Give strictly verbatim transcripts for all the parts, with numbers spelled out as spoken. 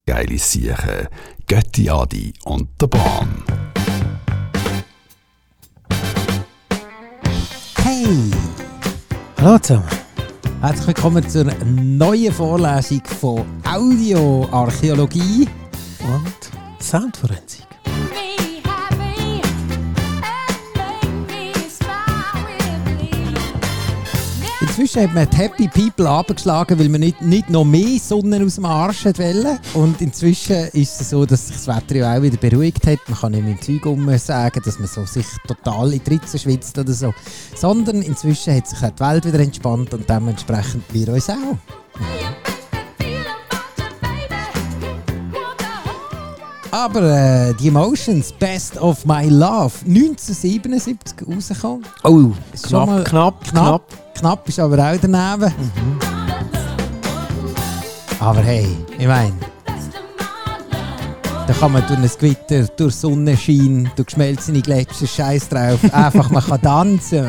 Geile Siechen, Götti Adi und der Bahn. Hey! Hallo zusammen. Herzlich willkommen zur neuen Vorlesung von Audioarchäologie und Soundforensik. Inzwischen hat man die Happy People abgeschlagen, weil man nicht, nicht noch mehr Sonne aus dem Arsch wollte. Und inzwischen ist es so, dass sich das Wetter ja auch wieder beruhigt hat. Man kann nicht mehr im Zeug um sagen, dass man so sich total in die Ritze schwitzt oder so. Sondern inzwischen hat sich auch die Welt wieder entspannt und dementsprechend wir uns auch. Aber äh, die Emotions, Best of My Love, neunzehnhundertsiebenundsiebzig rausgekommen. Oh, ist knapp, mal knapp, knapp, knapp. Knapp ist aber auch daneben. Mhm. Aber hey, ich meine, da kann man durch ein Gewitter, durch Sonnenschein, durch geschmelzene Gletscher, Scheiß drauf, einfach man kann tanzen.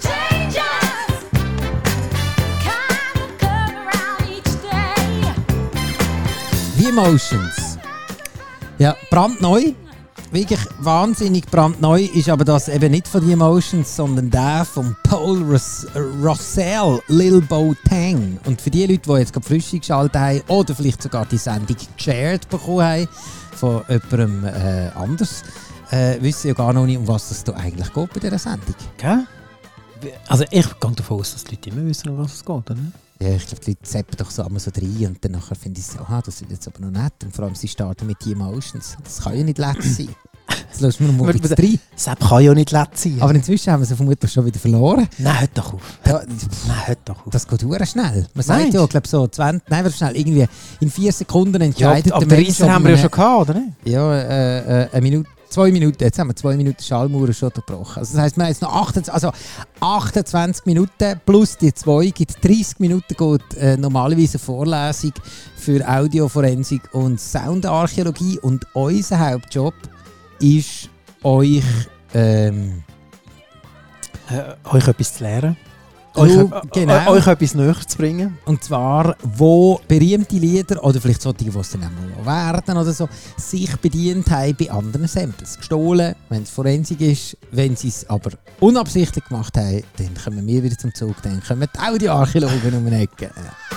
The Emotions. Ja, brandneu. Wirklich wahnsinnig brandneu ist aber das eben nicht von The Emotions, sondern der von Paul Ros- Rossell, Lil Bo Tang. Und für die Leute, die jetzt gerade frisch geschaltet haben oder vielleicht sogar die Sendung geshared bekommen haben von jemandem äh, anders, äh, wissen ja gar noch nicht, um was es da eigentlich geht bei dieser Sendung. Okay. Also ich gehe davon aus, dass die Leute immer wissen, um was es geht, oder? Ja, ich glaube, die Leute zappen doch so einmal so rein und dann nachher finde ich so, aha, das ist jetzt aber noch nett. Und vor allem, sie starten mit The Emotions. Das kann ja nicht letzt sein. Jetzt lassen wir noch mal ein bisschen rein. Sepp kann ja nicht letzt sein. Aber inzwischen haben wir sie vermutlich schon wieder verloren. Nein, hört doch auf. Ja, Nein, hört doch auf. das geht verdammt schnell. Man sagt Meinst? ja, glaube so zwanzig, nein, schnell, irgendwie in vier Sekunden entscheidet ja, aber der den Mensch. Reisser haben wir ja schon gehabt, oder nicht? Ja, äh, äh, eine Minute. Zwei Minuten, jetzt haben wir zwei Minuten Schallmauer schon gebrochen. Also das heisst, wir haben jetzt noch achtundzwanzig, also achtundzwanzig Minuten plus die zwei, gibt dreißig Minuten geht äh, normalerweise eine Vorlesung für Audioforensik und Soundarchäologie. Und unser Hauptjob ist, euch, ähm, Äh, euch etwas zu lernen. Oh, Euch, genau. äh, euch etwas näher zu bringen. und zwar, wo berühmte Lieder oder vielleicht solche, die es dann auch mal werden oder so, sich bedient haben bei anderen Samples. Gestohlen, wenn es Forensik ist. Wenn sie es aber unabsichtlich gemacht haben, dann kommen wir wieder zum Zug. Dann kommen die Audioarchäologen um die Ecke.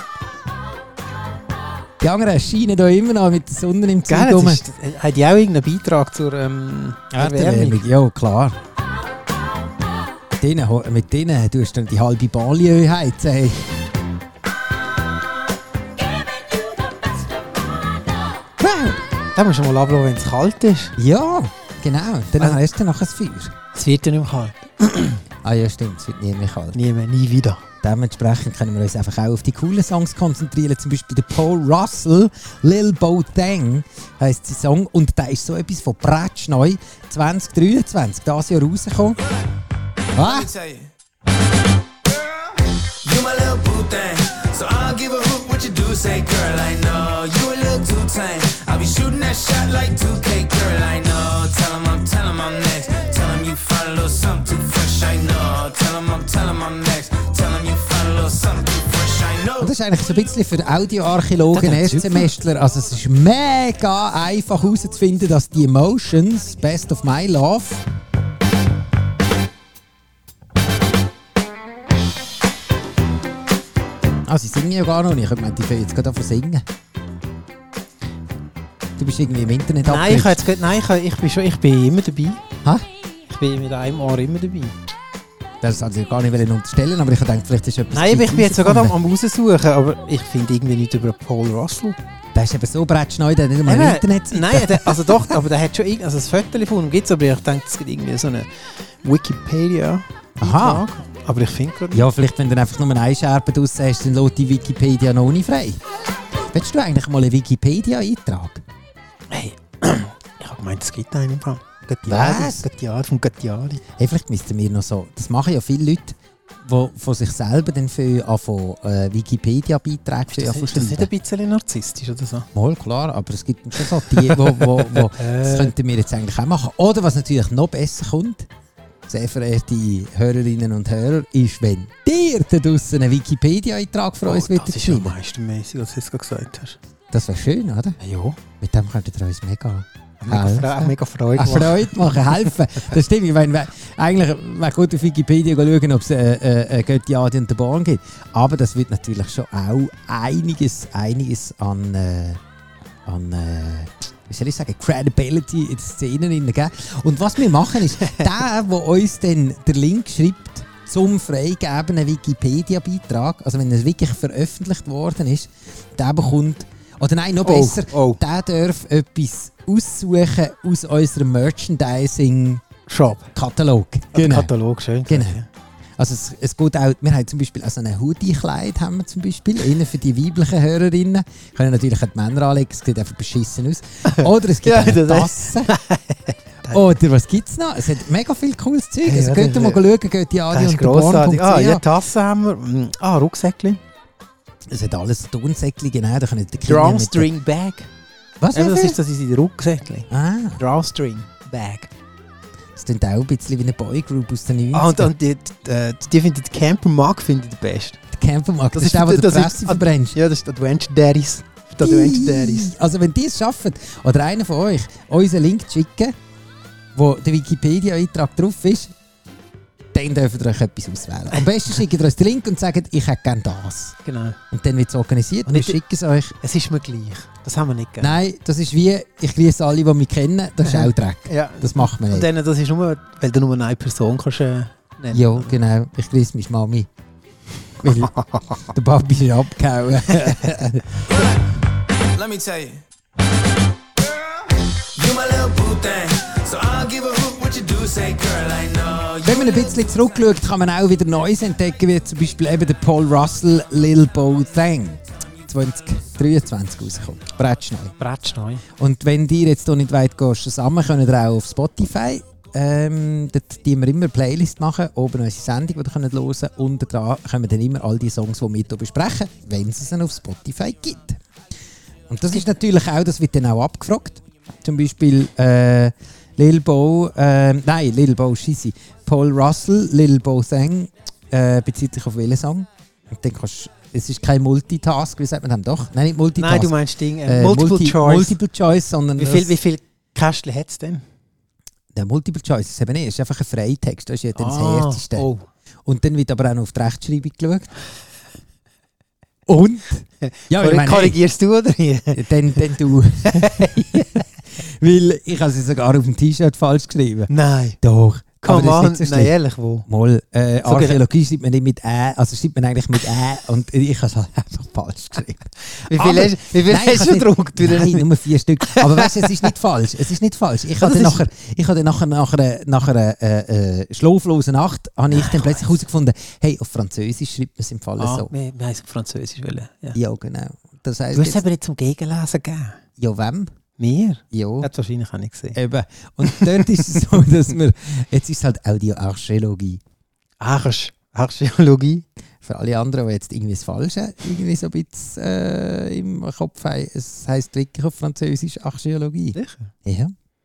Die anderen scheinen hier immer noch mit der Sonne im Zug Gell, rum. das ist, äh, hat ja auch irgendeinen Beitrag zur ähm, Erwärmung. Ja, klar. Mit denen, ho- mit denen tust du dann die halbe Ballieu heizen. Hey. Wow. Da musst du mal ablassen, wenn es kalt ist. Ja, genau. Dann Also- hast du noch ein Feuer. Es wird ja nicht mehr kalt. Ah ja, stimmt. Es wird nie mehr kalt. Nie mehr, nie wieder. Dementsprechend können wir uns einfach auch auf die coolen Songs konzentrieren. Zum Beispiel der Paul Russell, Lil Bo Tang heisst sein Song. Und der ist so etwas von Bratsch neu. zwanzig dreiundzwanzig, das Jahr rausgekommen. Ah! You my little boo thing, so I'll give a hoot what you do. Say, girl, I know you a little too tame. I'll be shooting that shot like two K, girl, I know. Tell him I'm, tell him I'm next. Tell him you find a little something too fresh, I know. Tell him I'm, tell him I'm next. Tell him you find a little something too fresh, I know. Und das ist eigentlich so ein bisschen für Audioarchäologen, Das ist super. Erstsemestler. Also es ist mega einfach herauszufinden, dass die Emotions, Best of My Love, ah, sie singen ja gar noch nicht. Ich meine, die fangen jetzt gerade an zu singen. Du bist irgendwie im Internet Nein, ich, abgerutscht. habe jetzt, gerade- nein ich, habe- ich, bin schon, ich bin immer dabei. Ha? Ich bin mit einem Ohr immer dabei. Das wollte ich gar nicht unterstellen, aber ich habe gedacht, vielleicht ist etwas... Nein, aber ich bin jetzt sogar am, rausgekommen. am raussuchen, aber ich finde irgendwie nichts über Paul Russell. Der ist eben so bretschneu, der hat nicht mal Eben, eine Internetseite. Nein, der, also doch, aber der hat schon irgend, also das Foto von ihm gibt es, aber ich denke, es gibt irgendwie so eine Wikipedia. Aha. Aber ich finde gerade Ja, vielleicht, wenn du einfach nur eine Scherbe draus hast, dann lässt die Wikipedia noch nicht frei. Willst du eigentlich mal einen Wikipedia-Eintrag? Hey, ich habe gemeint, es gibt einen im Fall. Was? Gattiari, vom Gattiari. Hey, vielleicht müssten wir noch so... Das machen ja viele Leute, die von sich selber dann für anfangen, äh, Wikipedia-Beiträge für Ist das, ist das nicht ein bisschen narzisstisch oder so? Mal klar, aber es gibt schon so die, wo, wo, wo das könnten wir jetzt eigentlich auch machen. Oder was natürlich noch besser kommt, sehr verehrte Hörerinnen und Hörer, ist, wenn ihr da draussen einen Wikipedia-Eintrag für uns Oh, würdet das ist ja schreiben. meistermäßig, was du jetzt gerade gesagt hast. Das wäre schön, oder? Ja. Mit dem könntet ihr uns mega Mega, helfen. Fre mega Freude Ah, machen. Freude machen, helfen. Das stimmt. Ich meine, eigentlich, man kann auf Wikipedia schauen, ob es äh, äh, Götti, Adi und der Bahn gibt. Aber das wird natürlich schon auch einiges, einiges an, äh, an äh, wie soll ich sagen, Credibility in die Szenen geben. Und was wir machen ist, der, der uns dann den Link schreibt zum freigegebenen Wikipedia-Beitrag, also wenn er wirklich veröffentlicht worden ist, der bekommt, oder nein, noch Oh, besser, oh. der darf etwas aussuchen aus unserem Merchandising-Katalog. Shop. Genau. Katalog, schön. Genau. Also es, es geht auch, wir haben zum Beispiel auch so ein Hoodie-Kleid, haben wir zum Beispiel, innen für die weiblichen Hörerinnen. Können natürlich auch die Männer anlegen, es sieht einfach beschissen aus. Oder es gibt Ja, eine das- Tasse. Oder was gibt es noch? Es hat mega viel cooles Zeug. Ja, Also ja, geht das- mal schauen, geht die Das Adi ist und der Born punkt grossartig. Ah, c ja, h. Tassen haben wir. Mm, Ah, Rucksäckchen. Es hat alles Tonsäckchen, genau. Da können die Kinder mit Drawstring Bag. der- Was? Ja, Ja, das ist das ist in Rucksäckchen. ah, Drawstring Bag. das klingt auch ein bisschen wie eine Boygroup aus den neunzigern. Ah, und, und die, die, die findet die Camper Mag findet die best. Der Campermarkt, das, Das ist der, wo ist- du das die ist- Presse verbrennst. Ja, das ist die Adventure Daddies. Die Adventure Daddies. Also wenn die es schaffen, oder einer von euch, uns einen Link zu schicken, wo der Wikipedia-Eintrag drauf ist, dann dürft ihr euch etwas auswählen. Am besten schickt ihr uns den Link und sagt, ich hätte gerne das. Genau. Und dann wird es organisiert und Und wir nicht- schicken es euch. Es ist mir gleich. Das haben wir nicht gerne. Nein, das ist wie, ich grüße alle, die mich kennen, das ist auch Dreck. Ja. Das macht man Und nicht. dann, das ist nur, weil du nur eine Person kannst äh, nennen. Ja, genau. Ich grüße meine Mami. Weil der Papi ist abgehauen. Let me tell you. You my little boo thing. So I'll give a hoot what you do, say girl, I know. You Wenn man ein bisschen zurückschaut, kann man auch wieder Neues entdecken, wie zum Beispiel eben der Paul Russell Lil Bo Thang zwanzig dreiundzwanzig rausgekommen. Bretschneu. Bretsch neu. Und wenn ihr jetzt hier nicht weit geht, zusammen könnt ihr auch auf Spotify, ähm, dort die wir immer eine Playlist machen, oben unsere Sendung, die ihr könnt hören könnt. Unten dran kommen dann immer all die Songs, die wir hier besprechen, wenn es dann auf Spotify gibt. Und das ist natürlich auch, das wird dann auch abgefragt. Zum Beispiel äh, Lil Bo, äh, nein, Lil Bo, scheisse. Paul Russell, Lil Bo Thang, äh, bezieht sich auf welchen Song? Und dann kannst, es ist kein Multitask, wie sagt man dem doch? Nein, nicht Multitask. Nein, du meinst Ding. Äh, Äh, Multiple Multi- Choice. Multiple Choice, sondern wie viel, das- wie viel Kästchen hat es denn? der Multiple Choice ist eben nicht, es ist einfach ein Freitext, das ist ja dann das Ah, Härteste. oh. Und dann wird aber auch noch auf die Rechtschreibung geschaut. Und? Ja, ich Korri- meine, korrigierst du oder wie? hey, dann, dann du. Weil ich habe sie sogar auf dem T-Shirt falsch geschrieben. Nein. Doch. Come aber das on. ist nicht so Nein, schlimm. ehrlich, wo? Mal, äh, So Archäologie schreibt man nicht mit Ä, also schreibt man eigentlich mit Ä und ich habe es halt einfach falsch geschrieben. Wie viel Aber- hast, wie viel Nein, ich hast habe du nicht- gedruckt? Wie Nein, denn- nur vier Stück. Aber weißt du, es ist nicht falsch. Es ist nicht falsch. Ich Ja, habe dann das ist- nachher, ich habe dann nachher, nach einer, nach einer äh, äh, schlaflosen Nacht, habe ich dann plötzlich herausgefunden, hey, auf Französisch schreibt man es im Fall Ah, so. wir, wir haben es auf Französisch wollen. Ja. Ja, genau. Das heisst Du hast es jetzt, aber nicht zum Gegenlesen gegeben. ja, wem? Mir? Ja. Hat wahrscheinlich auch nicht gesehen. Eben. Und dort ist es so, dass wir, jetzt ist es halt Audioarchäologie. Arch Archäologie. Für alle anderen, die jetzt irgendwie das Falsche irgendwie so ein bisschen äh, im Kopf haben, es heisst wirklich auf Französisch Archäologie. Sicher? Ja.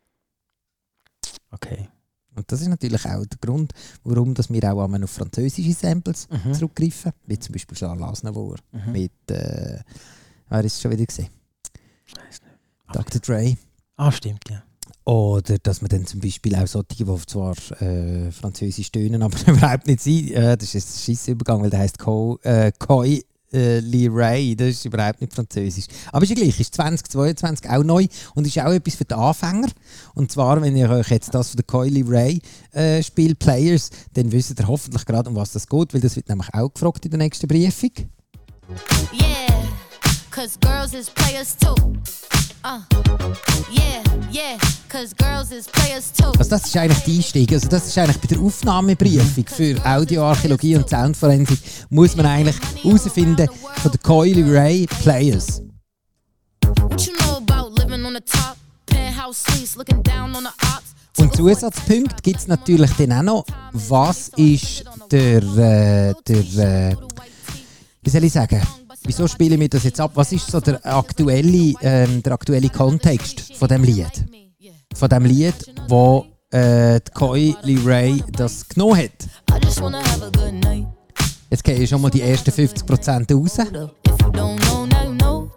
Okay. Und das ist natürlich auch der Grund, warum dass wir auch einmal auf französische Samples Mhm. zurückgreifen. Wie zum Beispiel Charles Aznavour Mhm. mit, äh, wer ist es schon wieder gesehen? Weiss nicht. Doktor Dre. Ah, stimmt, ja. Oder dass man dann zum Beispiel auch solche, die zwar äh, französisch tönen, aber überhaupt nicht sind. Äh, das ist jetzt ein scheisser Übergang, weil der heisst Co, äh, Coi äh, Lee Ray. Das ist überhaupt nicht französisch. Aber ist ja gleich, ist zwanzig zweiundzwanzig auch neu und ist auch etwas für die Anfänger. Und zwar, wenn ihr euch jetzt das von der Coi Lee Ray äh, spielt, Players, dann wisst ihr hoffentlich gerade, um was das geht, weil das wird nämlich auch gefragt in der nächsten Briefung. Yeah, cause girls is players too. Uh, yeah, yeah, cause girls is players too. Also das ist eigentlich die Einstieg. Also das ist eigentlich bei der Aufnahmebriefung für Audioarchäologie und Soundforensik muss man eigentlich herausfinden von der Coi Lee Ray Players. What you know about living on the top? Penthouse suites, looking down on the ops. Und Zusatzpunkt gibt es natürlich dann auch noch, was ist der, äh, der äh, wie soll ich sagen, wieso spielen wir das jetzt ab? Was ist so der aktuelle, ähm, der aktuelle Kontext von dem Lied? Von dem Lied, wo äh, die Coi Lee Ray das genommen hat. I just wanna have a good night. Jetzt gehen schon mal die ersten fünfzig Prozent raus. If you don't know, now you know.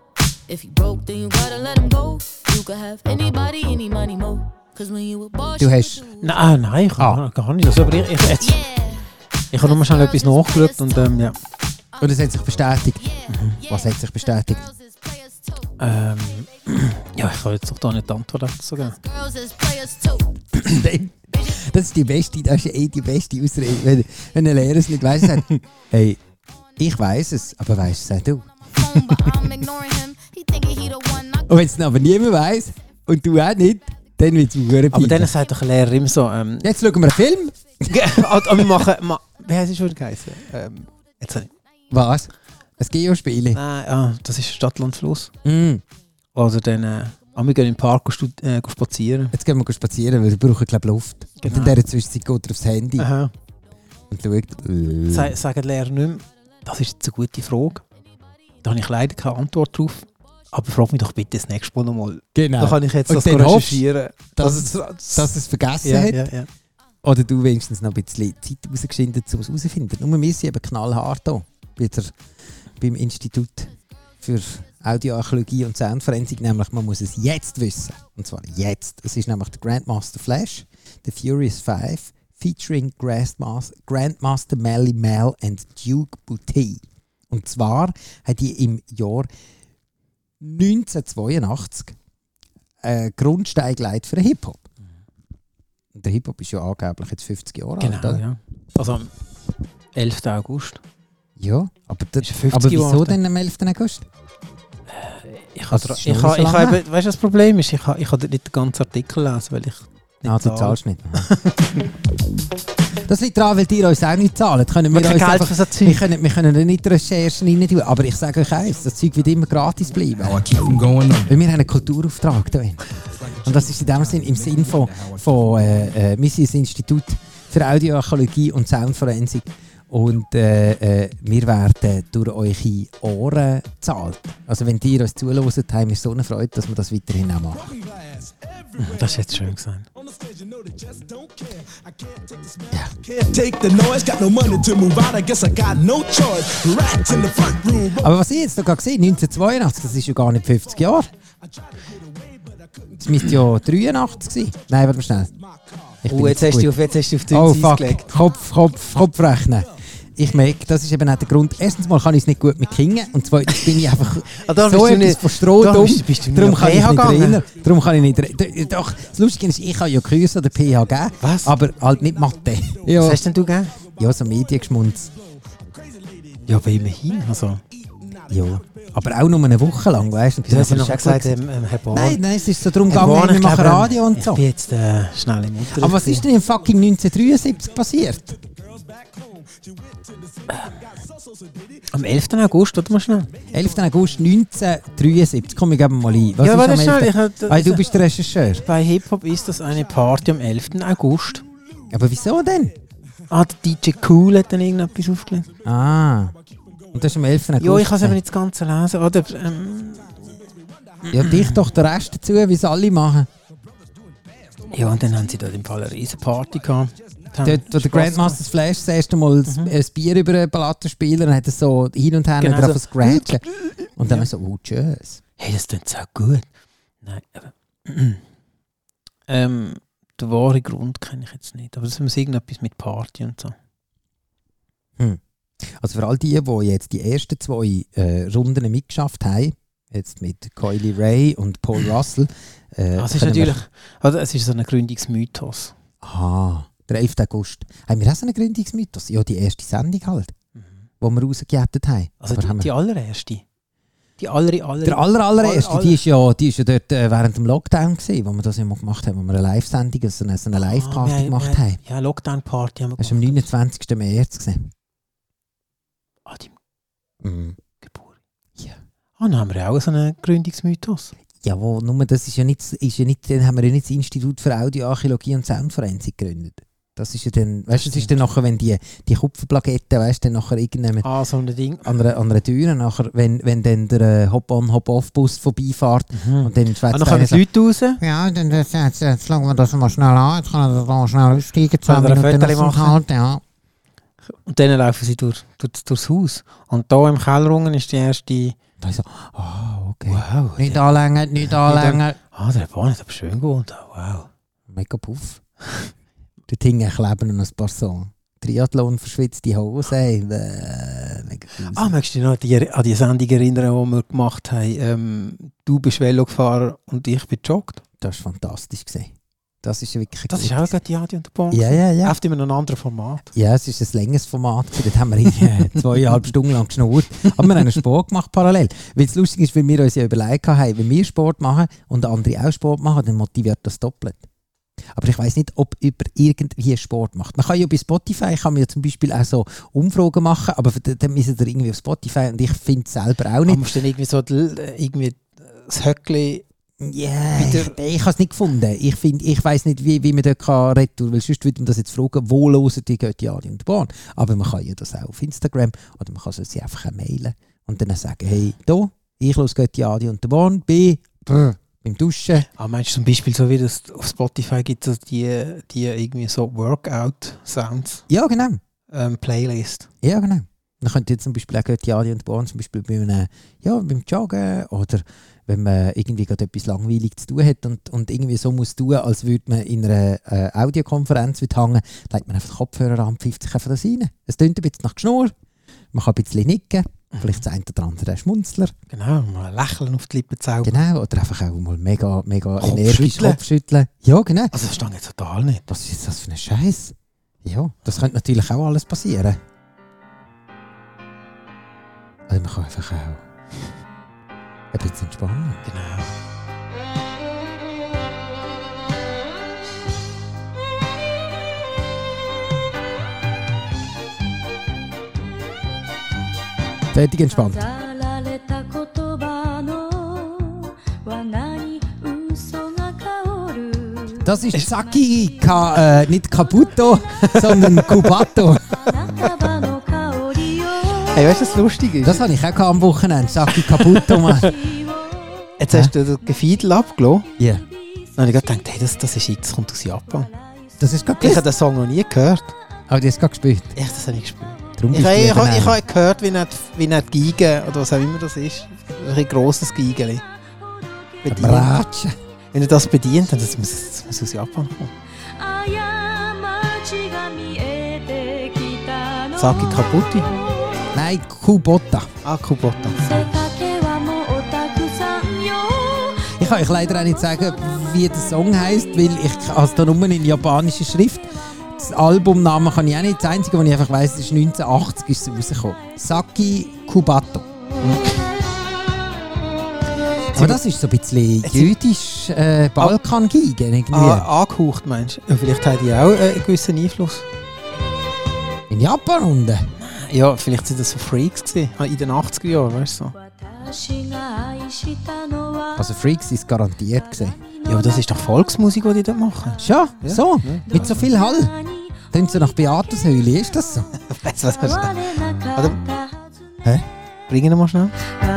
If you broke, then you gotta let him go. You could have anybody, any money, mo. Cause when you a boss, Du hast... Nein, nein, ich kann Ah. gar nicht. Also, aber ich, ich, jetzt, yeah. ich habe nur mal schnell etwas nachgeschaut und ähm, ja. Und es hat sich bestätigt. Was hat sich bestätigt? Girls is players too. Ähm, ja, ich kann jetzt doch da nicht die Antwort dazu geben. Girls is players too. Das ist die beste, das ist eh die beste Ausrede. Wenn, wenn ein Lehrer es nicht weiss, sagt, hey, ich weiss es, aber weisst es auch du. Phone, but I'm ignoring him. He thinking he the one. I Und wenn es dann aber niemand weiss und du auch nicht, dann wird es verdammt Aber dann peinlich. sagt doch ein Lehrer immer so, ähm, Jetzt schauen wir einen Film. aber wir machen, ma, wie heißt es schon geheißen? Ähm, jetzt habe ich, Was? Ein Geospiel? nein, ah, das ist Stadt, Land, Fluss. Mm. Also dann, äh, ah, wir gehen in den Park und stud- äh, gehen spazieren. Jetzt gehen wir spazieren, weil wir brauchen glaube ich Luft. Genau. Und in dieser Zwischenzeit geht er aufs Handy Aha. und schaut. Äh. Sa- Sagen die Lehrer nicht mehr, das ist jetzt eine gute Frage. Da habe ich leider keine Antwort drauf. Aber frag mich doch bitte das nächste Mal nochmal. Genau. Da kann ich jetzt Und das dann hoffst, recherchieren. dass, es- es, dass es vergessen ja, hat. ja, ja. Oder du wenigstens noch ein bisschen Zeit rausgeschindet, um es herauszufinden. Nur wir sind eben knallhart hier. Bei der, beim Institut für Audioarchäologie und Soundforensik. Nämlich, man muss es jetzt wissen. Und zwar jetzt. Es ist nämlich der Grandmaster Flash, The Furious Five, featuring Grandmaster, Grandmaster Melly Mel and Duke Boutte. Und zwar hat die im Jahr neunzehnhundertzweiundachtzig einen Grundstein gelegt für den Hip-Hop. Und der Hip-Hop ist ja angeblich jetzt fünfzig Jahre alt. Genau, Oder? ja. Also am elften August. Ja, aber, der, Ist fünfzig aber wieso Jahre denn am elften August? Ich Also, habe, das ist ich noch habe, so ich lange habe, her. weißt du, das Problem ist, ich habe, ich habe nicht den ganzen Artikel lesen, weil ich nicht Ah, du zahle. zahlst nicht. Das liegt daran, weil die uns auch nicht zahlen. Können wir, Wir uns kein Geld einfach, für so Zeug. wir, können, wir können nicht Recherchen rein tun. Aber ich sage euch eins, das Zeug wird immer gratis bleiben. Now I keep from going on. Weil wir haben einen Kulturauftrag hier. Und das ist in dem Sinn im Sinn von, von äh, äh, wir sind ein Institut für Audioarchäologie und Soundforensik. Und äh, äh, wir werden durch eure Ohren gezahlt. Also wenn ihr uns zuhört, haben wir so eine Freude, dass wir das weiterhin auch machen. Das ist jetzt schön gesagt. Can't take the noise, got no money to move out, I guess I got no choice. Rats in the front room. Aber was ich jetzt noch gerade gesehen neunzehnhundertzweiundachtzig, das ist ja gar nicht fünfzig Jahre. Das müsste ja dreiundachtzig sein. Nein, warte mal schnell. Ich bin Oh, jetzt nicht hast, gut. du auf, jetzt hast du auf die Oh Eis fuck, gelegt. Kopf, Kopf, Kopf rechnen. Ich merke, das ist eben auch der Grund. Erstens mal kann ich es nicht gut mit Kingen und zweitens bin ich einfach Ah, da so bist du etwas nicht- von Stroh da dumm. bist- bist du nicht Darum auf kann ich P H nicht gegangen? erinnern. Darum kann ich nicht re- Doch, das Lustige ist, ich habe ja Grüße oder P H gegeben, Was? aber halt nicht Mathe. Ja, Was hast denn du gegeben? ja so Mediengeschmunz. Ja, aber immerhin. Also, Ja, aber auch nur eine Woche lang, weißt du? wieso hast du Das noch ist auch gesagt, gut. ähm, ähm, Herr Bahn? Nein, nein, es ist so darum Herr gegangen, Bahn, wir ich machen glaube, Radio und so. Ich bin jetzt äh, schnell im Unterricht. Aber was ist denn im fucking neunzehnhundertdreiundsiebzig passiert? Am elften August, warte mal schnell. elften August neunzehnhundertdreiundsiebzig. Komm, ich gebe mal ein. Was ja, ist warte am schnell. elften? Ich, hab- Ah, du bist der Regisseur. bei Hip-Hop ist das eine Party am elften August. Aber wieso denn? Ah, der D J Cool hat dann irgendetwas aufgelegt. Ah. Und das ist am elften August. Ja, ich kann es aber gewesen. nicht das Ganze lesen. Oder, ähm, Ja, dich doch den Rest dazu, wie es alle machen. ja, und dann haben sie dort im Fall eine riesen Party gehabt. Haben Dort, wo der Spass Grandmaster Flash das erste Mal Mhm. ein Bier über einen Plattenspieler und hat es so hin und her Genau genau, so. so. scratchen. Und dann so, oh, tschüss. Hey, das klingt so gut. Nein, aber. ähm, den wahren Grund kenne ich jetzt nicht. Aber das ist irgendetwas mit Party und so. Also für all die, die jetzt die ersten zwei äh, Runden mitgeschafft haben, jetzt mit Coily Ray und Paul Russell. Äh, Das ist können wir- natürlich. Also, es ist so ein Gründungsmythos. Aha, der elften August. Haben wir auch so einen Gründungsmythos? Ja, die erste Sendung halt, wo wir rausgejettet haben. Also, Aber die, haben die wir allererste. Die aller, aller, der aller, allererste, aller- die ist ja, die ist ja dort äh, während dem Lockdown gewesen, wo wir das immer gemacht haben, wo wir eine Live-Sendung, also eine, so eine Ah, Live-Party wir- gemacht wir- haben. Ja, Lockdown-Party haben wir Das war am gemacht. neunundzwanzigsten März. Gewesen. Ah, die Mhm. Geburt. Ja. Ah, dann haben wir auch so einen Gründungsmythos. Ja, wo, nur das ist ja nicht, ist ja nicht, dann haben wir ja nicht das Institut für Audioarchäologie und Soundforensik gegründet. Das ist ja dann, weißt du, das ist dann nachher, wenn die, die Kupferplaketten, weißt du, dann nachher irgendjemand Ah, so ein Ding. an einer, an einer Tür, nachher, wenn, wenn dann der äh, Hop-on, Hop-off-Bus vorbeifährt und dann Ah, schwätzt dann kommen einer die Leute raus. ja, dann jetzt, jetzt, jetzt schauen wir das mal schnell an, jetzt kann er da schnell aussteigen, Können wir ein Foto aus dem machen? Halt, ja. Und dann laufen sie durch, durch, durchs Haus. Und da im Keller unten ist die erste. Da ist so, ah, okay. Wow. Nicht anlängen, nicht anlängen. Ah, der Bahn ist aber schön gut. Wow. Mega puff. Dort hinten kleben noch ein paar Songs. Triathlon, verschwitzte Hose. Äh, mega cool. Ah, möchtest du dich noch an die, an die Sendung erinnern, die wir gemacht haben? Ähm, du bist Velo gefahren und ich bin joggt. Das war fantastisch gewesen. Das ist wirklich Das ist gut. auch gerade die Adi und der Bahn. Ja, ja, ja. Oft in einem anderen Format. Ja, es ist ein längeres Format. Dort haben wir irgendwie zweieinhalb Stunden lang geschnurrt. Aber wir haben einen Sport gemacht parallel. Weil es lustig ist, weil wir uns ja überlegt haben, wenn wir Sport machen und andere auch Sport machen, dann motiviert das doppelt. Aber ich weiss nicht, ob über irgendwie Sport macht. Man kann ja bei Spotify kann man ja zum Beispiel auch so Umfragen machen, aber dann müssen wir irgendwie auf Spotify und ich finde es selber auch nicht. Man muss dann irgendwie so irgendwie das Höckli. Ja, yeah, ich, ich habe es nicht gefunden. Ich, find, ich weiss nicht, wie, wie man dort kann retten, weil sonst würde man das jetzt fragen, wo hören die Götti Adi und der Bahn. Aber man kann ja das auch auf Instagram oder man kann sie einfach auch mailen und dann sagen, hey, da, ich höre Götti Adi und der Bahn bei brr, beim Duschen. Ah, meinst du zum Beispiel so wie das auf Spotify gibt es die, die irgendwie so Workout-Sounds Ja, genau. ähm, Playlist. Ja, genau. Dann könnt ihr zum Beispiel auch Götti Adi und der Bahn zum Beispiel bei einem, ja, beim Joggen oder wenn man irgendwie gerade etwas langweilig zu tun hat und, und irgendwie so muss tun, als würde man in einer äh, Audiokonferenz hängen, legt man einfach den Kopfhörer an und pfeift sich einfach das rein. Es tönt ein bisschen nach Geschnurr, man kann ein bisschen nicken, vielleicht das eine oder andere Schmunzler. Genau, mal ein Lächeln auf die Lippen zaubern. Genau, oder einfach auch mal mega, mega Kopfschütteln. energisch Kopfschütteln. Ja, genau. Also das verstehe ich total nicht. Was ist das für ein Scheiß? Ja, das könnte natürlich auch alles passieren. Also man kann einfach auch ein bisschen entspannen. Genau. Fertig entspannt. Das ist Saki, ka, äh, nicht Caputo, sondern Cubato. Hey, weißt du, was lustig ist? Das habe ich auch am Wochenende. Saki Caputo, Mann. Jetzt hast du den Gefiedel abgelassen. Ja. Dann habe ich gedacht, hey, das, das, ist, das kommt aus Japan. Das ist gerade Ich habe den Song noch nie gehört. Aber du hast gerade gespielt. Echt, das habe ich gespielt. Darum Ich, bist ich, du ich, ich, eben ich auch- habe gehört, wie nicht, wie nicht Geige oder was auch immer das ist. Ein bisschen grosses Geigeli. Bedient. Bratsche. Wenn er das bedient, dann das muss es muss aus Japan kommen. Saki Kabuti. Nein, Kubota. Ah, Kubota. Ich kann euch leider auch nicht sagen, wie der Song heisst, weil ich habe es da nur in japanischer Schrift. Das Albumnamen kann ich auch nicht. Das Einzige, was ich einfach weiss, ist neunzehnhundertachtzig ist es rausgekommen. Saki Kubato. Aber das ist so ein bisschen jüdisch äh, Balkan-Geige irgendwie. Ah, angehaucht meinst du? Ja, vielleicht haben die auch äh, einen gewissen Einfluss. In Japan unten. Ja, vielleicht sind das so Freaks gewesen, in den achtziger Jahren, weißt du so. Also Freaks ist garantiert gesehen. Ja, aber das ist doch Volksmusik, die die dort machen. Schon, Ja. so. Ja. Mit so viel Hall. Dann so nach Beatushöhle, ist das so? Weißt du, was hast du? Warte, Hä? bring ihn mal schnell.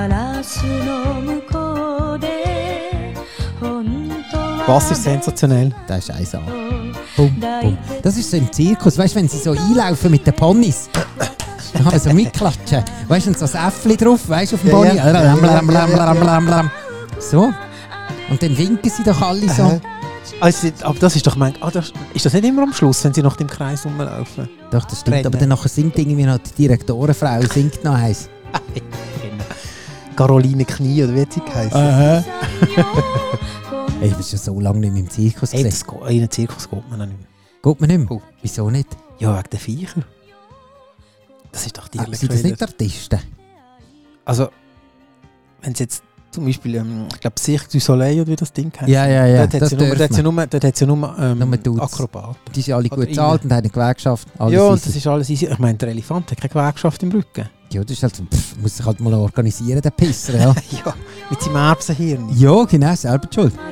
Bass ist sensationell. Das ist eins A. Bum, bum. Das ist so im Zirkus, weißt du, wenn sie so einlaufen mit den Ponys. Dann kann man so mitklatschen. Weißt du, und so ein Äffli drauf, weißt du, auf dem Ja, Pony. ja. Lam, lam, lam, lam, lam, lam. So. Und dann winken sie doch alle so. Aha. Also, aber das ist doch mein. Ah, das, ist das nicht immer am Schluss, wenn sie nach dem Kreis rumlaufen? Doch, das stimmt. Rennen. Aber dann nachher singt irgendwie noch die Direktorenfrau, singt noch eins. Caroline Knie, oder wie hat sie geheißen? Aha. Ey, ich bin schon so lange nicht mehr im Zirkus Hey, gesehen. das geht, in den Zirkus geht man noch nicht mehr. Geht mir nicht mehr? Oh. Wieso nicht? Ja, wegen der Viecher. Das ist doch Ah, tierlich sind das geredet. nicht Artisten? Also, wenn es jetzt zum Beispiel, ähm, ich glaube, Cirque du Soleil oder wie das Ding heißt. Ja, ja, ja. Dort hat Das es ja nur, dürfen dort hat's ja wir. nur, dort hat's ja nur, ähm, Nur Dudes. Akrobaten. Die sind alle Oder gut bezahlt und haben eine Gewerkschaft. Alles Ja, und easy. das ist alles easy. Ich meine, der Elefant hat keine Gewerkschaft im Rücken. Ja, das ist halt so, pff, muss sich halt mal organisieren, der Pisser, ja. Ja, mit seinem Erbsenhirn. Ja, genau, selber die schuld.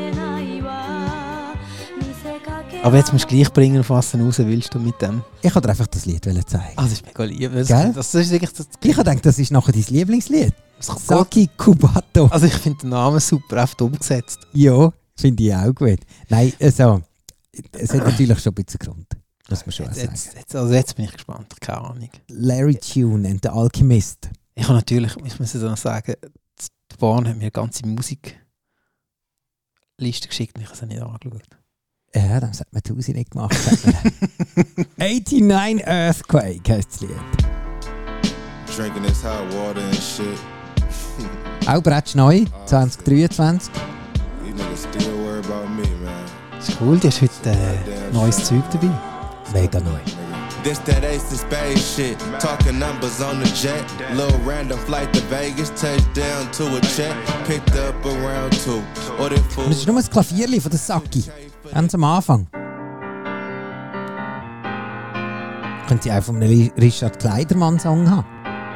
Aber jetzt musst du gleich bringen, auf was du raus willst du mit dem. Ich wollte dir einfach das Lied zeigen. Ah, das ist mega lieb. Das, Gell? das, das ist wirklich das, Ich habe gedacht, das ist nachher dein Lieblingslied. das kommt- Saki Kubato. Also ich finde den Namen super, oft umgesetzt. Ja, finde ich auch gut. Nein, also, es hat natürlich schon ein bisschen Grund. Muss man schon auch Jetzt, sagen. jetzt, jetzt, also jetzt bin ich gespannt, keine Ahnung. Larry Tune and the Alchemist. Ich habe natürlich, ich muss dann sagen, die Bahn hat mir eine ganze Musikliste geschickt und ich habe es nicht angeschaut. Ja, dann hat man tausend nicht gemacht. neunundachtzig Earthquake heisst das Lied. Drinking this hot water and shit. Auch bretsch neu, zwanzig dreiundzwanzig. You niggas still worry about me, man. Das ist cool, du hast heute äh, neues Zeug dabei. Mega neu. This that ace of spade shit. Talking numbers on the jet. Little random flight to Vegas. Touchdown to a check. Picked up around two. Or the food. Und das ist nur das Klavierli von der Saki. Ganz am Anfang. Können Sie auch von einem Richard Kleidermann-Song haben.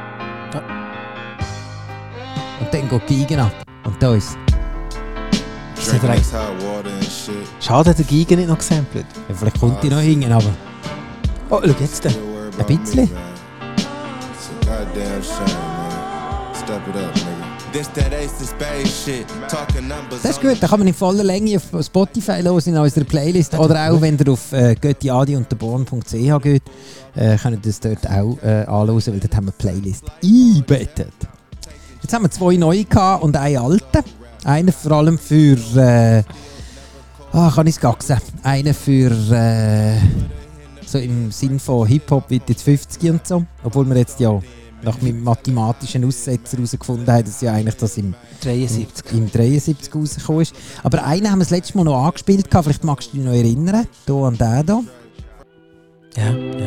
Und dann geht die Geigen ab. Und da ist Drinking this hot water and shit. Schade, hat der Giga nicht noch gesampelt. ja, vielleicht kommt die noch hingen, aber Oh, schau jetzt den. Still worry ein about me, bisschen. man. It's a goddamn shame, man. Step it up, nigga. This that ace of spade shit. Talking numbers. das ist gut. Da kann man in voller Länge auf Spotify hören in unserer Playlist. Oder auch, wenn ihr auf äh, göttiadi und der born punkt c h geht, äh, könnt ihr das dort auch äh, anschauen, weil dort haben wir eine Playlist eingebettet. Jetzt haben wir zwei neue gehabt und einen alten. Einer vor allem für... Äh, ah, kann ich es gaxen? Einer für... Äh, so im Sinn von Hip-Hop wird jetzt fünfzig und so. Obwohl wir jetzt ja nach meinem mathematischen Aussetzer herausgefunden haben, dass ja eigentlich das im dreiundsiebzig. im dreiundsiebzig rausgekommen ist. Aber einen haben wir das letzte Mal noch angespielt. Vielleicht magst du dich noch erinnern. Hier an den hier. Ja, ja.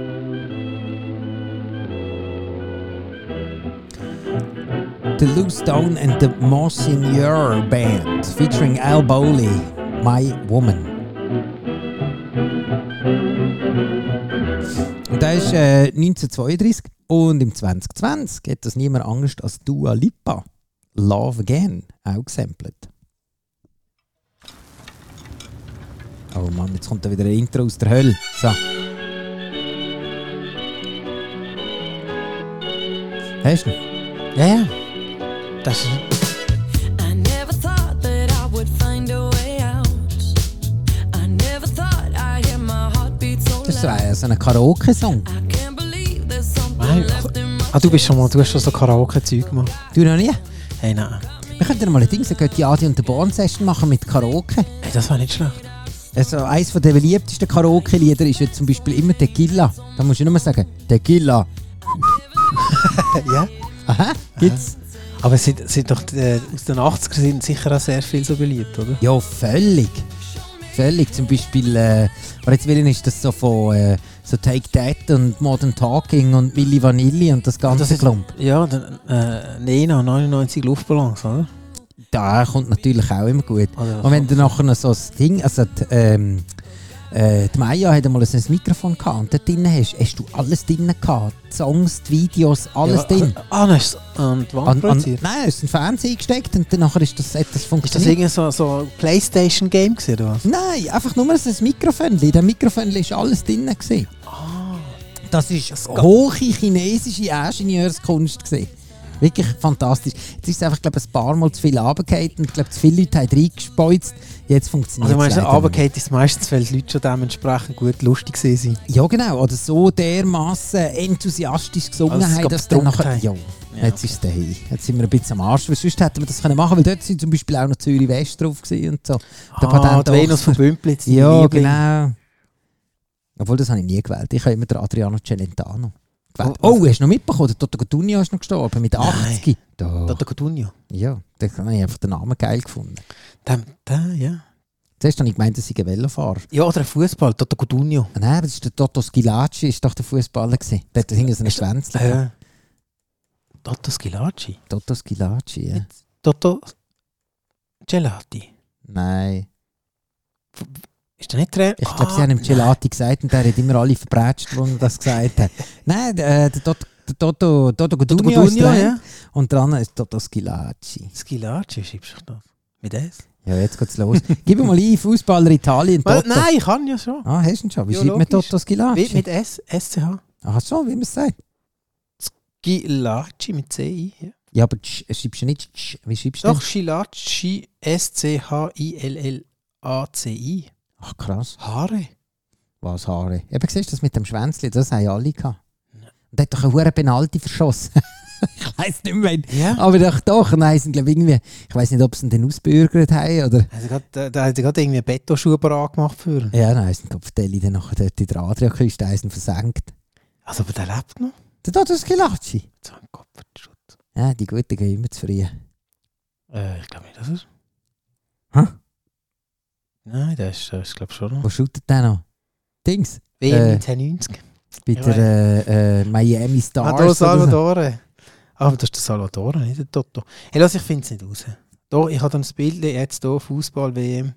The Loose Stone and the Monsignor Band featuring Al Bowley, My Woman. Und das ist äh, neunzehnhundertzweiunddreißig und im zwanzig zwanzig hat das niemand anders als Dua Lipa. Love Again, auch gesampelt. Oh Mann, jetzt kommt da wieder ein Intro aus der Hölle. So. Hast du ihn? Ja, ja. Das ist... I never thought that I would find a way out. I never thought I'd hear my heartbeat so Das ist so loud. ein, so ein Karaoke-Song. I can't believe there's something Nein. left in my Ah, du bist schon mal, du hast schon so Karaoke-Zeug gemacht. Du noch nie? Hey, nein. Wir könnten mal ein Ding, so die Adi und der Born-Session machen mit Karaoke. Hey, das war nicht schlecht. Also eines der beliebtesten Karaoke-Lieder ist ja zum Beispiel immer Tequila. Da musst du nur sagen, Tequila. Ja. Aha, gibt's? Aber es sind, sind doch äh, aus den achtziger sind sicher auch sehr viel so beliebt, oder? Ja, völlig. Völlig. Zum Beispiel, äh, aber jetzt will ist das so von äh, so Take That und Modern Talking und Milli Vanilli und das ganze Das ist- Klump. Ja, dann äh, Nena, neunundneunzig Luftballons, oder? Da kommt natürlich auch immer gut. Oder Und wenn du nachher noch so das Ding, also die, ähm, äh, die Maya hat einmal so ein Mikrofon gehabt und dort drin hast, hast du alles drin gehabt. Die Songs, die Videos, alles ja, drin. Ah, dann ist es an die Wand An, an, projiziert. nein, es ist ein Fernseher gesteckt und dann nachher ist das, hat das Ist das funktioniert. irgendwie so, so ein Playstation-Game gewesen, oder was? Nein, einfach nur so ein Mikrofon. In dem Mikrofon war alles drin. gewesen. Das war hohe chinesische Ingenieurskunst. gewesen. Wirklich fantastisch. Jetzt ist es einfach, glaube ich, ein paar Mal zu viel runtergefallen und ich glaube, zu viele Leute haben reingespeuzt. Jetzt funktioniert Also meinst du, leider nicht. runtergefallen ist meistens, weil die Leute schon dementsprechend gut lustig waren. Ja, genau. Oder so dermaßen enthusiastisch gesungen Also, es haben, gab dass dann gedruckt nachher... haben. Ja, jetzt ist es daheim. Jetzt sind wir ein bisschen am Arsch. Weil sonst hätten wir das können machen, weil dort sind zum Beispiel auch noch Zürich West drauf gewesen und so. Der Ah, Patent die Venus von Bümplitz, deine Ja, Liebling. genau. Obwohl, das habe ich nie gewählt. Ich habe immer den Adriano Celentano gewählt. Oh, Oh, hast du noch mitbekommen? Der Toto Cotugno ist noch gestorben mit achtzig. Da. Toto Cotugno. Ja, da habe ich einfach den Namen geil gefunden. Der, der, ja. Zuerst habe ich gemeint, das sei ein Velofahrer. Ja, oder ein Fußball, Toto Cotugno. Nein, das ist der Toto Schilacci, ist doch der Fußballer gewesen. Der hat hinten so einen Ist- Schwänzchen. Äh, Toto Schilacci. Toto Schilacci, ja. Toto Gelati. Nein. Ist der nicht Trainer? Ich glaube, Ah, sie haben ihm Gelati gesagt und der hat immer alle verbrätscht, die er das gesagt hat. Nein, äh, der Toto, der Toto, Toto Toto Cotugno ist Cotugno, dran. ja. Und dran ist Toto Schilacci. Schilacci, schreibst du das? Mit S? Ja, jetzt geht's los. Gib mir mal ein, Fußballer Italien, Well, Toto. nein, ich kann ja schon. Ah, hast du ihn schon? Wie Ja, schreibt man logisch. Toto Schilacci? Wie, mit S, S C H. Ach so, wie man es sagt. Schilacci mit C I. Ja. Ja, aber tsch, schreibst du nicht tsch, wie schreibst du Doch, denn? Schilacci, S C H I L L A C I. Ach krass, Haare. was Haare. Eben siehst du das mit dem Schwänzli, das haben alle gehabt. Und der hat doch eine hohe Penalty verschossen. ich weiss nicht mehr. Ja. Aber doch, doch. Nein, sind, glaub, irgendwie, ich weiss nicht, ob sie ihn dann ausbürgert haben oder... Also grad, da, da hat er gerade irgendwie einen Bettoschuh parat gemacht für ihn. Ja, nein, sind Kopfdeli dann nachher dort in der Adria-Küste eisen versenkt. Also, aber der lebt noch. Der Totos Kilacci. So ein Kopfschutz. Ja, die Guten gehen immer zu früh. Äh, ich glaube nicht, dass er... Hä? Nein, der ist, ist glaube ich, schon noch. Wo shootet der noch? Dings? W M Äh, neunzehnhundertneunzig. Bei Ja, der äh, äh, Miami Stars. Ah, da oder so. Salvatore. Ah, aber das ist der Salvatore, nicht der Toto. Hey, lass, ich finde es nicht raus. Da, ich habe dann das Bild jetzt hier, Fußball-W M.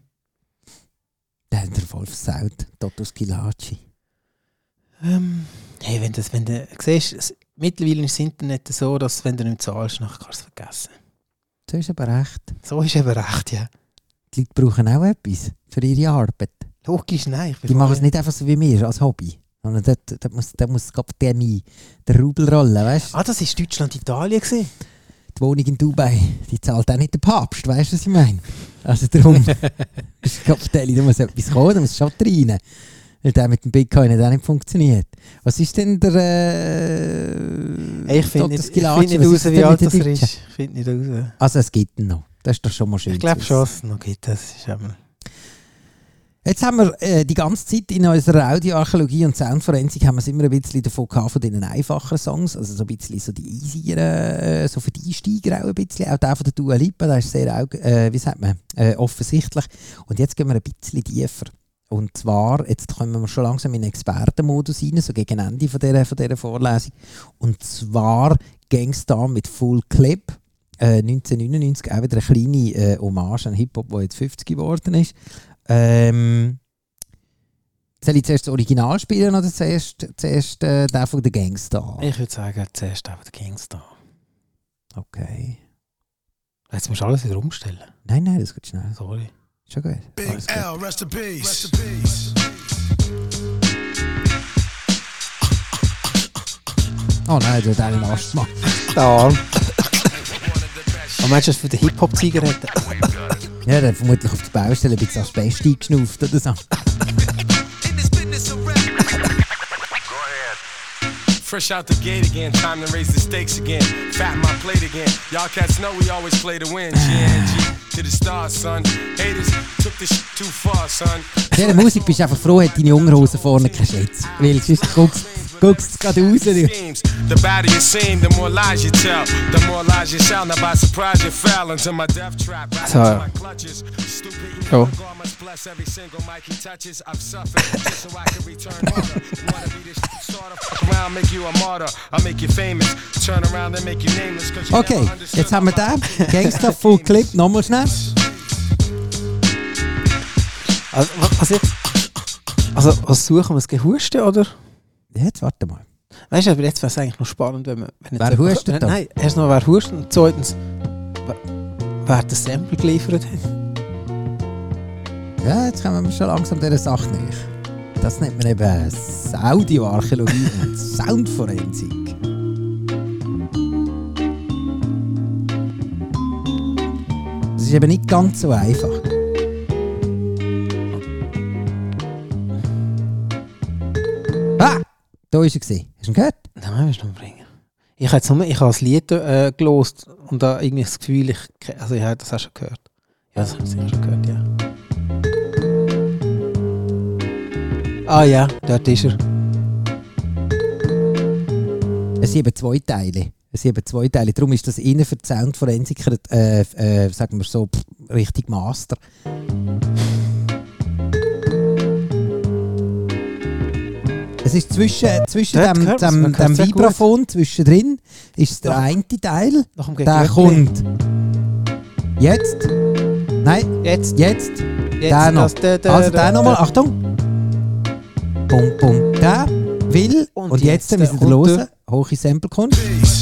Der hat er voll versaut. Totos Kilacci. Ähm, hey, wenn, das, wenn du siehst, es, mittlerweile ist das Internet so, dass wenn du nicht zahlst, dann kannst du es vergessen. So ist aber recht. So ist eben recht, ja. Die Leute brauchen auch etwas für ihre Arbeit. Logisch, nein. Ich bin Die machen es voll- nicht einfach so wie wir, als Hobby. Sondern dort, dort muss, dort muss der, der Rubel rollen, weißt du? Ah, das war Deutschland, Italien gewesen. Die Wohnung in Dubai, die zahlt auch nicht der Papst, weißt du, was ich meine? Also darum, ist Kopfteil, da muss etwas kommen, da muss schon rein. Weil der mit dem Bitcoin hat auch nicht funktioniert. Was ist denn der... Äh, Hey, ich finde Totos nicht, ich Kilacci, find nicht was raus, ist denn wie mit alt den das er Deutschen? ist. Ich finde nicht raus. Also es gibt ihn noch. Das ist doch schon mal schön. Ich glaube zu schon, wissen. dass es noch gibt. Das ist eben... Jetzt haben wir äh, die ganze Zeit in unserer Audioarchäologie und Soundforensik haben wir es immer ein bisschen davon gehabt, von diesen einfachen Songs, also so ein bisschen so die easieren, äh, so für die Einsteiger auch ein bisschen, auch der von der Dua Lipa, der ist sehr, auch, äh, wie sagt man, äh, offensichtlich. Und jetzt gehen wir ein bisschen tiefer. Und zwar, jetzt kommen wir schon langsam in den Expertenmodus rein, so gegen Ende von dieser, von dieser Vorlesung. Und zwar Gangsta mit Full Clip. Äh, neunzehnhundertneunundneunzig auch wieder eine kleine äh, Hommage an Hip-Hop, der jetzt fünfzig geworden ist. Ähm, soll ich zuerst das Original spielen oder zuerst, zuerst äh, den von der Gangsta? Ich würde sagen, zuerst einfach der Gangsta. Okay. Jetzt musst du alles wieder umstellen. Nein, nein, das geht schnell. Sorry. Schon gut. Big Alles gut. L, rest in peace. Rest in peace. Oh nein, du hast einen Asthma. Da. Aber meinst du, das für den Hip-Hop-Zigaretten? Ja, der hat vermutlich auf der Baustelle ein bisschen Asbest eingeschnauft oder so. Fresh out the gate again, time to raise the stakes again. Fatten my plate again. Y'all cats know we always play to win. G N G to the stars, son. Haters took this shit too far, son. Bei dieser Musik bist du einfach froh, hat deine Unterhose vorne keinen Schlitz. Weil sonst guckst guckst du gerade raus. Du. Schemes. The badder you seem, the more lies you tell. The more lies you shall, now by surprise you fell into my death trap. Back So. into my clutches. Stupid Oh. ego, God must bless every single mic he touches. I've suffered just so I can return harder. Wanna be this sort of fuck around, make you a martyr. I'll make you famous. Turn around and make you nameless. Cause you Okay, never understood jetzt haben wir my- den. Gangsta Full Clip, nochmal schnell. Also, wa- was jetzt? Also, was suchen wir? Das Gehuste, oder? Jetzt warte mal. Weißt du, aber jetzt wäre es eigentlich noch spannend, wenn man... Wenn Wer jetzt- hustet wenn- da? Nein, erst noch wer hustet und zweitens, wer, wer das Sample geliefert hat. Ja, jetzt kommen wir schon langsam dieser Sache näher. Das nennt man eben Audioarchäologie und Soundforensik. Das ist eben nicht ganz so einfach. Ah! Da war er. Hast du ihn gehört? Nein, willst du noch bringen? Ich habe jetzt nur, ich habe das Lied äh, gelost und da irgendwie das Gefühl, ich, ke- also ich habe das auch schon gehört. Ja, das habe ich sicher schon gehört, ja. Ah ja, dort ist er. Es sind eben zwei Teile. Es sind eben zwei Teile. Darum ist das innen für die Soundforensiker, äh, äh, sagen wir so, pff, richtig Master. Es ist zwischen, zwischen Dort dem, hört man's, dem, man hört dem sehr gut. Vibraphon zwischendrin ist der Nach- eine Teil. Nach dem Der Gegürtli. kommt jetzt. Nein, Jetzt. jetzt. Jetzt. Der noch. das- der- der- Also der der- nochmal, Achtung. Bum, bum. Der will. Und, Und jetzt, jetzt, müssen der wir kommt hören. Hohe Sample-Kunst.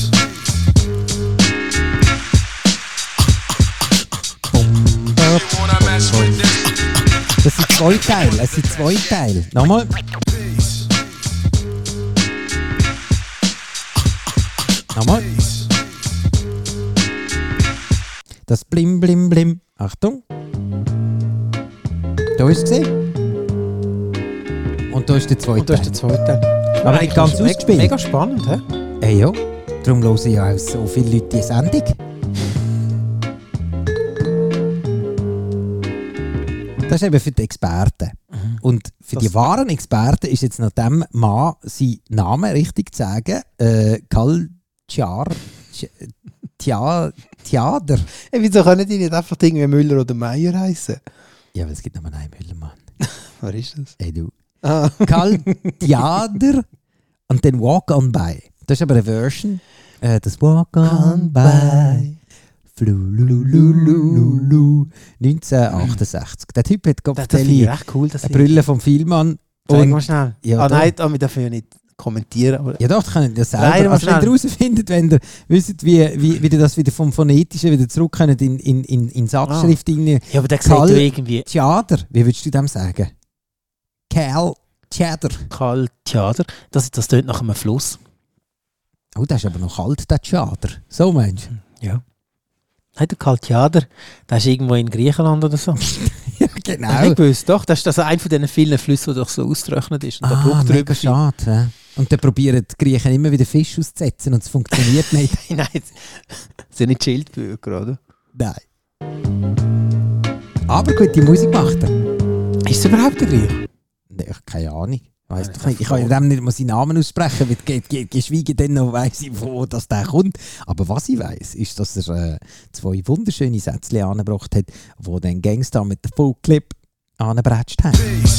Bum, da, Wanna mess with this? das sind zwei Teile. Es sind zwei Teile. Nochmal. Nochmal. Das Blim Blim Blim. Achtung. Da ist es gesehen. Und da ist der zweite Und da ist der Teil. zweite. Aber nicht ganz Me- ausgespielt. Mega spannend, hä? Ey, ja. Darum hören ja auch so viele Leute die Sendung. Das ist eben für die Experten. Mhm. Und für das die wahren Experten ist jetzt noch dem Mann seinen Namen richtig zu sagen. Äh, Kaltjar... Tja... Theater. Hey, wieso können die nicht einfach irgendwie Müller oder Meier heißen? Ja, weil es gibt noch einen Müller, Mann. Wer ist das? Hey, du. Ah. Kaltjader und dann Walk On By. Das ist aber eine Version. Äh, das Walk On By. Flululululu. neunzehnhundertachtundsechzig. Der Typ hat Das, das finde ich echt cool. eine Brille vom Vielmann. Zeig mal schnell. Ja, ah da- nein, da- wir dürfen ja nicht kommentieren. Aber Ja doch, das könnt ihr selber. Nein, Also wenn ihr schnell. herausfindet, wenn ihr wisst, wie, wie, wie ihr das wieder vom Phonetischen wieder zurück könnt in, in, in, in Satzschrift. Ah. ja, aber der Kal- sagt ja irgendwie Theater, wie würdest du dem sagen? Cal Theater. Kaltjader. Das, das tönt nach einem Fluss. Oh, das ist aber noch kalt, der Theater. So meinst du? Ja. Nein, der Kaltjader, der ist irgendwo in Griechenland oder so. Ja, Hast du genau. nicht gewusst, doch? Das ist also einer von diesen vielen Flüssen, der doch so ausgetrocknet ist. Und der Ah, Bruch mega drüber schade. Ja. Und dann probieren die Griechen immer wieder Fisch auszusetzen und es funktioniert nicht. Nein, das sind nicht Schildbürger, oder? Nein. Aber gute Musik macht er. Ist es überhaupt der Griech? Nee, ich habe keine Ahnung. Weiss doch nicht. Ich kann ja dem nicht mal seinen Namen aussprechen, weil ge- ge- geschweige denn noch weiss ich, wo das der kommt. Aber was ich weiss, ist, dass er äh, zwei wunderschöne Sätze angebracht hat, die den Gangster mit dem Full-Clip angebratscht haben.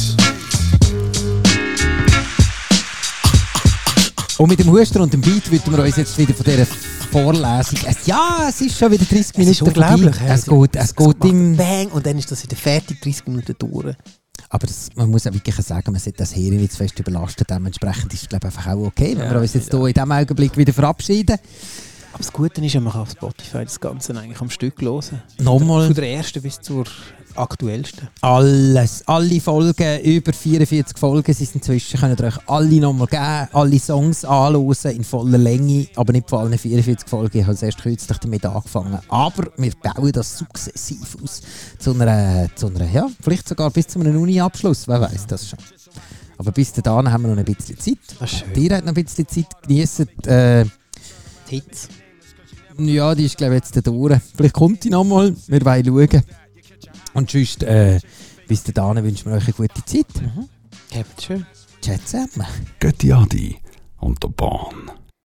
Und mit dem Huster und dem Beat würden wir uns jetzt wieder von dieser Vorlesung... Es, ja, es ist schon wieder dreißig Minuten ist unglaublich. vorbei. Es geht, es geht im... Bang und dann ist das wieder fertig, dreißig Minuten durch. Aber das, man muss ja wirklich sagen, man sollte das Hirn nicht zu fest überlasten. Dementsprechend ist es, glaube ich, einfach auch okay, wenn Ja, wir uns jetzt ja. hier in diesem Augenblick wieder verabschieden. Aber das Gute ist ja, man kann auf Spotify das Ganze eigentlich am Stück hören. Nochmal Von der ersten bis zur aktuellsten. alles, alle Folgen, über vierundvierzig Folgen sind es inzwischen, könnt ihr euch alle nochmal geben, alle Songs anhören in voller Länge, aber nicht vor allen vierundvierzig Folgen. Ich habe erst kürzlich damit angefangen. Aber wir bauen das sukzessiv aus zu einer, zu einer ja, vielleicht sogar bis zu einem Uni-Abschluss, wer weiß das schon. Aber bis dahin haben wir noch ein bisschen Zeit. Das ist schön. Ihr habt noch ein bisschen Zeit, geniessen. Äh, Die Hits. Ja, die ist glaube ich jetzt durch. Vielleicht kommt die nochmal, wir wollen schauen. Und sonst, äh, bis dahin wünschen wir euch eine gute Zeit. Mhm. Gehabt schön. Ciao zusammen. Götti Adi und der Bahn.